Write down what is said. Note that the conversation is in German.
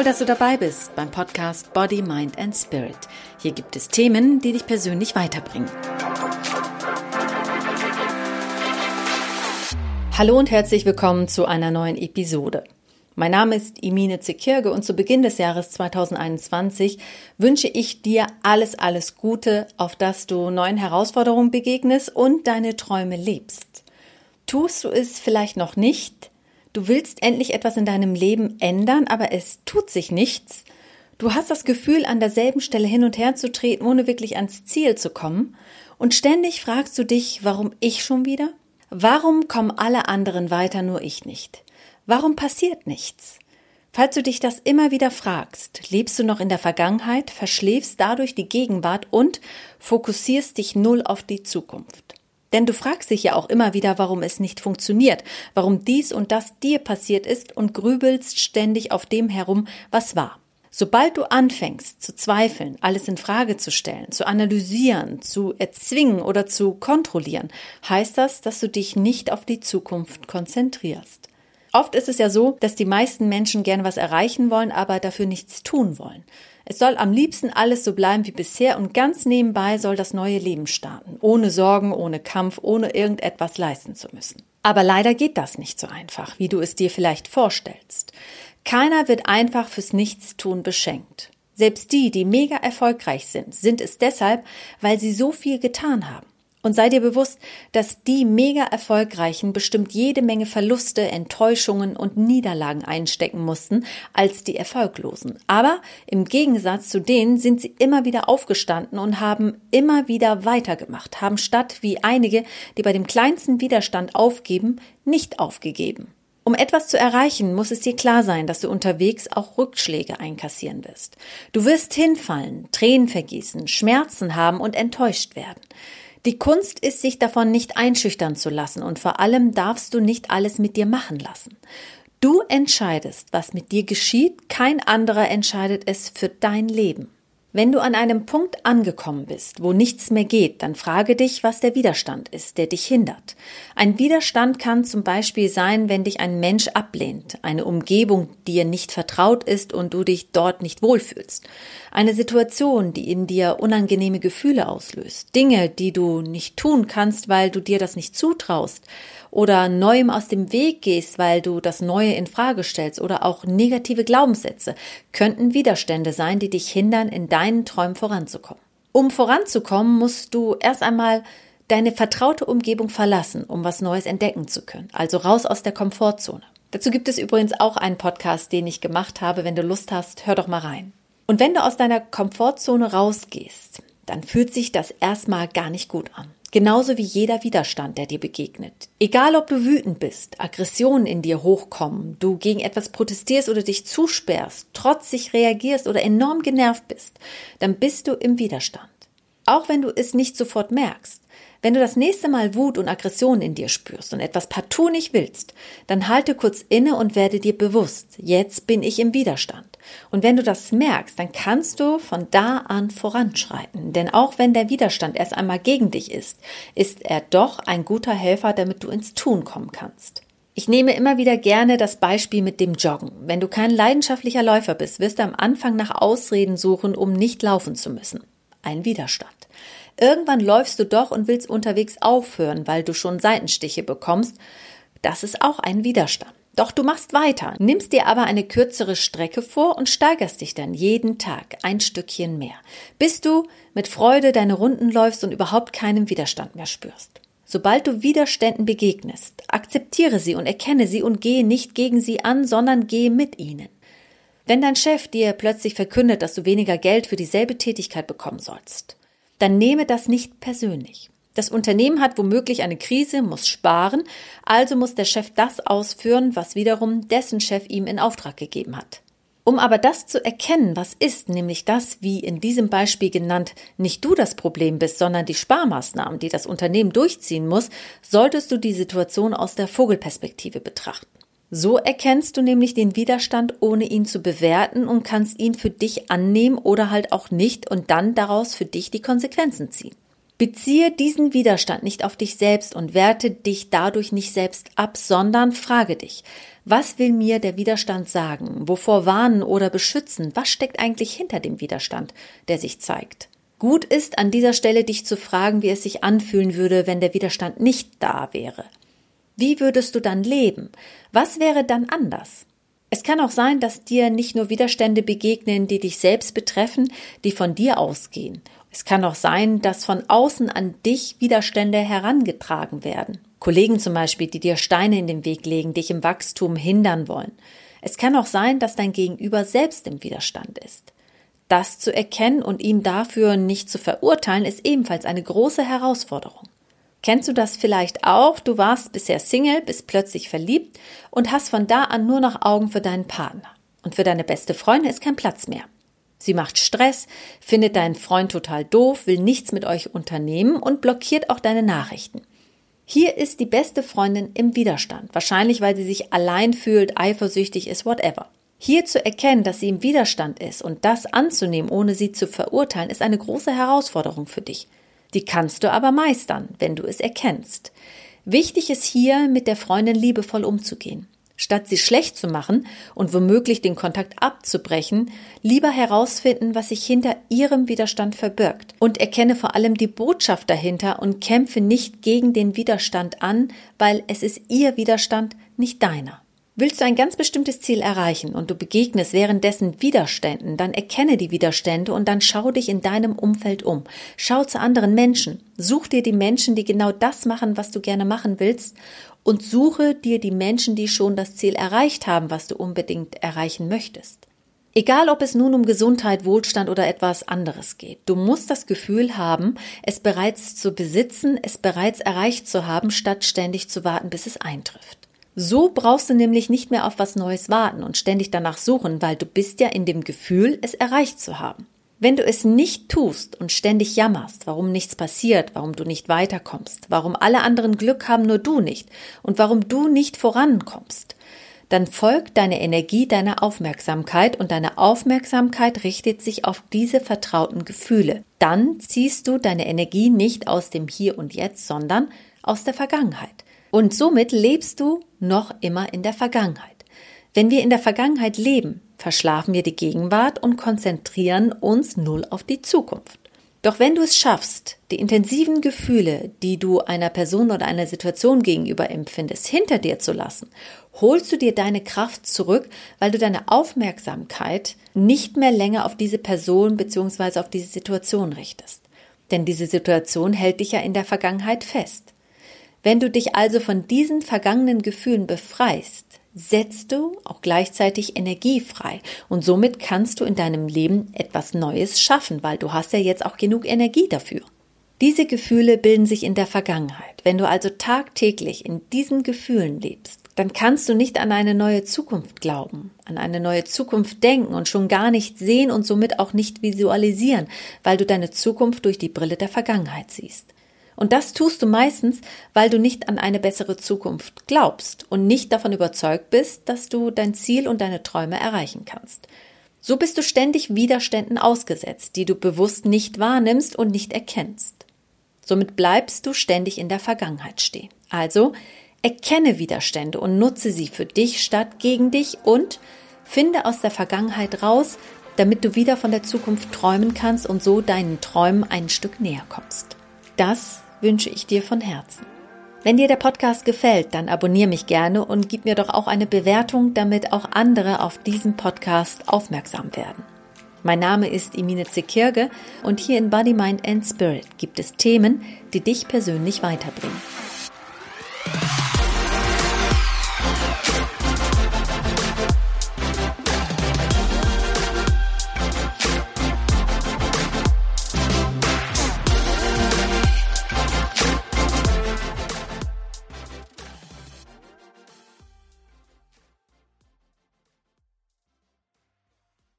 Toll, dass du dabei bist beim Podcast Body, Mind and Spirit. Hier gibt es Themen, die dich persönlich weiterbringen. Hallo und herzlich willkommen zu einer neuen Episode. Mein Name ist Imine Zekirge und zu Beginn des Jahres 2021 wünsche ich dir alles Gute, auf dass du neuen Herausforderungen begegnest und deine Träume lebst. Tust du es vielleicht noch nicht? Du willst endlich etwas in deinem Leben ändern, aber es tut sich nichts. Du hast das Gefühl, an derselben Stelle hin und her zu treten, ohne wirklich ans Ziel zu kommen. Und ständig fragst du dich, warum ich schon wieder? Warum kommen alle anderen weiter, nur ich nicht? Warum passiert nichts? Falls du dich das immer wieder fragst, lebst du noch in der Vergangenheit, verschläfst dadurch die Gegenwart und fokussierst dich null auf die Zukunft. Denn du fragst dich ja auch immer wieder, warum es nicht funktioniert, warum dies und das dir passiert ist und grübelst ständig auf dem herum, was war. Sobald du anfängst zu zweifeln, alles in Frage zu stellen, zu analysieren, zu erzwingen oder zu kontrollieren, heißt das, dass du dich nicht auf die Zukunft konzentrierst. Oft ist es ja so, dass die meisten Menschen gern was erreichen wollen, aber dafür nichts tun wollen. Es soll am liebsten alles so bleiben wie bisher und ganz nebenbei soll das neue Leben starten. Ohne Sorgen, ohne Kampf, ohne irgendetwas leisten zu müssen. Aber leider geht das nicht so einfach, wie du es dir vielleicht vorstellst. Keiner wird einfach fürs Nichtstun beschenkt. Selbst die mega erfolgreich sind es deshalb, weil sie so viel getan haben. Und sei dir bewusst, dass die mega Erfolgreichen bestimmt jede Menge Verluste, Enttäuschungen und Niederlagen einstecken mussten als die Erfolglosen. Aber im Gegensatz zu denen sind sie immer wieder aufgestanden und haben immer wieder weitergemacht, haben statt wie einige, die bei dem kleinsten Widerstand aufgeben, nicht aufgegeben. Um etwas zu erreichen, muss es dir klar sein, dass du unterwegs auch Rückschläge einkassieren wirst. Du wirst hinfallen, Tränen vergießen, Schmerzen haben und enttäuscht werden. Die Kunst ist, sich davon nicht einschüchtern zu lassen und vor allem darfst du nicht alles mit dir machen lassen. Du entscheidest, was mit dir geschieht, kein anderer entscheidet es für dein Leben. Wenn du an einem Punkt angekommen bist, wo nichts mehr geht, dann frage dich, was der Widerstand ist, der dich hindert. Ein Widerstand kann zum Beispiel sein, wenn dich ein Mensch ablehnt, eine Umgebung, die dir nicht vertraut ist und du dich dort nicht wohlfühlst. Eine Situation, die in dir unangenehme Gefühle auslöst. Dinge, die du nicht tun kannst, weil du dir das nicht zutraust. Oder Neuem aus dem Weg gehst, weil du das Neue in Frage stellst oder auch negative Glaubenssätze, könnten Widerstände sein, die dich hindern, in deinen Träumen voranzukommen. Um voranzukommen, musst du erst einmal deine vertraute Umgebung verlassen, um was Neues entdecken zu können, also raus aus der Komfortzone. Dazu gibt es übrigens auch einen Podcast, den ich gemacht habe. Wenn du Lust hast, hör doch mal rein. Und wenn du aus deiner Komfortzone rausgehst, dann fühlt sich das erstmal gar nicht gut an. Genauso wie jeder Widerstand, der dir begegnet. Egal, ob du wütend bist, Aggressionen in dir hochkommen, du gegen etwas protestierst oder dich zusperrst, trotzig reagierst oder enorm genervt bist, dann bist du im Widerstand. Auch wenn du es nicht sofort merkst. Wenn du das nächste Mal Wut und Aggression in dir spürst und etwas partout nicht willst, dann halte kurz inne und werde dir bewusst, jetzt bin ich im Widerstand. Und wenn du das merkst, dann kannst du von da an voranschreiten. Denn auch wenn der Widerstand erst einmal gegen dich ist er doch ein guter Helfer, damit du ins Tun kommen kannst. Ich nehme immer wieder gerne das Beispiel mit dem Joggen. Wenn du kein leidenschaftlicher Läufer bist, wirst du am Anfang nach Ausreden suchen, um nicht laufen zu müssen. Ein Widerstand. Irgendwann läufst du doch und willst unterwegs aufhören, weil du schon Seitenstiche bekommst. Das ist auch ein Widerstand. Doch du machst weiter, nimmst dir aber eine kürzere Strecke vor und steigerst dich dann jeden Tag ein Stückchen mehr, bis du mit Freude deine Runden läufst und überhaupt keinen Widerstand mehr spürst. Sobald du Widerständen begegnest, akzeptiere sie und erkenne sie und gehe nicht gegen sie an, sondern gehe mit ihnen. Wenn dein Chef dir plötzlich verkündet, dass du weniger Geld für dieselbe Tätigkeit bekommen sollst, dann nehme das nicht persönlich. Das Unternehmen hat womöglich eine Krise, muss sparen, also muss der Chef das ausführen, was wiederum dessen Chef ihm in Auftrag gegeben hat. Um aber das zu erkennen, was ist, nämlich das, wie in diesem Beispiel genannt, nicht du das Problem bist, sondern die Sparmaßnahmen, die das Unternehmen durchziehen muss, solltest du die Situation aus der Vogelperspektive betrachten. So erkennst du nämlich den Widerstand, ohne ihn zu bewerten und kannst ihn für dich annehmen oder halt auch nicht und dann daraus für dich die Konsequenzen ziehen. Beziehe diesen Widerstand nicht auf dich selbst und werte dich dadurch nicht selbst ab, sondern frage dich, was will mir der Widerstand sagen? Wovor warnen oder beschützen? Was steckt eigentlich hinter dem Widerstand, der sich zeigt? Gut ist an dieser Stelle, dich zu fragen, wie es sich anfühlen würde, wenn der Widerstand nicht da wäre. Wie würdest du dann leben? Was wäre dann anders? Es kann auch sein, dass dir nicht nur Widerstände begegnen, die dich selbst betreffen, die von dir ausgehen. Es kann auch sein, dass von außen an dich Widerstände herangetragen werden. Kollegen zum Beispiel, die dir Steine in den Weg legen, dich im Wachstum hindern wollen. Es kann auch sein, dass dein Gegenüber selbst im Widerstand ist. Das zu erkennen und ihn dafür nicht zu verurteilen, ist ebenfalls eine große Herausforderung. Kennst du das vielleicht auch? Du warst bisher Single, bist plötzlich verliebt und hast von da an nur noch Augen für deinen Partner. Und für deine beste Freundin ist kein Platz mehr. Sie macht Stress, findet deinen Freund total doof, will nichts mit euch unternehmen und blockiert auch deine Nachrichten. Hier ist die beste Freundin im Widerstand, wahrscheinlich weil sie sich allein fühlt, eifersüchtig ist, whatever. Hier zu erkennen, dass sie im Widerstand ist und das anzunehmen, ohne sie zu verurteilen, ist eine große Herausforderung für dich. Die kannst du aber meistern, wenn du es erkennst. Wichtig ist hier, mit der Freundin liebevoll umzugehen. Statt sie schlecht zu machen und womöglich den Kontakt abzubrechen, lieber herausfinden, was sich hinter ihrem Widerstand verbirgt. Und erkenne vor allem die Botschaft dahinter und kämpfe nicht gegen den Widerstand an, weil es ist ihr Widerstand, nicht deiner. Willst du ein ganz bestimmtes Ziel erreichen und du begegnest währenddessen Widerständen, dann erkenne die Widerstände und dann schau dich in deinem Umfeld um. Schau zu anderen Menschen. Such dir die Menschen, die genau das machen, was du gerne machen willst, und suche dir die Menschen, die schon das Ziel erreicht haben, was du unbedingt erreichen möchtest. Egal, ob es nun um Gesundheit, Wohlstand oder etwas anderes geht. Du musst das Gefühl haben, es bereits zu besitzen, es bereits erreicht zu haben, statt ständig zu warten, bis es eintrifft. So brauchst du nämlich nicht mehr auf was Neues warten und ständig danach suchen, weil du bist ja in dem Gefühl, es erreicht zu haben. Wenn du es nicht tust und ständig jammerst, warum nichts passiert, warum du nicht weiterkommst, warum alle anderen Glück haben, nur du nicht und warum du nicht vorankommst, dann folgt deine Energie deiner Aufmerksamkeit und deine Aufmerksamkeit richtet sich auf diese vertrauten Gefühle. Dann ziehst du deine Energie nicht aus dem Hier und Jetzt, sondern aus der Vergangenheit. Und somit lebst du noch immer in der Vergangenheit. Wenn wir in der Vergangenheit leben, verschlafen wir die Gegenwart und konzentrieren uns null auf die Zukunft. Doch wenn du es schaffst, die intensiven Gefühle, die du einer Person oder einer Situation gegenüber empfindest, hinter dir zu lassen, holst du dir deine Kraft zurück, weil du deine Aufmerksamkeit nicht mehr länger auf diese Person bzw. auf diese Situation richtest. Denn diese Situation hält dich ja in der Vergangenheit fest. Wenn du dich also von diesen vergangenen Gefühlen befreist, setzt du auch gleichzeitig Energie frei und somit kannst du in deinem Leben etwas Neues schaffen, weil du hast ja jetzt auch genug Energie dafür. Diese Gefühle bilden sich in der Vergangenheit. Wenn du also tagtäglich in diesen Gefühlen lebst, dann kannst du nicht an eine neue Zukunft glauben, an eine neue Zukunft denken und schon gar nicht sehen und somit auch nicht visualisieren, weil du deine Zukunft durch die Brille der Vergangenheit siehst. Und das tust du meistens, weil du nicht an eine bessere Zukunft glaubst und nicht davon überzeugt bist, dass du dein Ziel und deine Träume erreichen kannst. So bist du ständig Widerständen ausgesetzt, die du bewusst nicht wahrnimmst und nicht erkennst. Somit bleibst du ständig in der Vergangenheit stehen. Also erkenne Widerstände und nutze sie für dich statt gegen dich und finde aus der Vergangenheit raus, damit du wieder von der Zukunft träumen kannst und so deinen Träumen ein Stück näher kommst. Das wünsche ich dir von Herzen. Wenn dir der Podcast gefällt, dann abonniere mich gerne und gib mir doch auch eine Bewertung, damit auch andere auf diesen Podcast aufmerksam werden. Mein Name ist Emine Zekirge und hier in Body, Mind and Spirit gibt es Themen, die dich persönlich weiterbringen.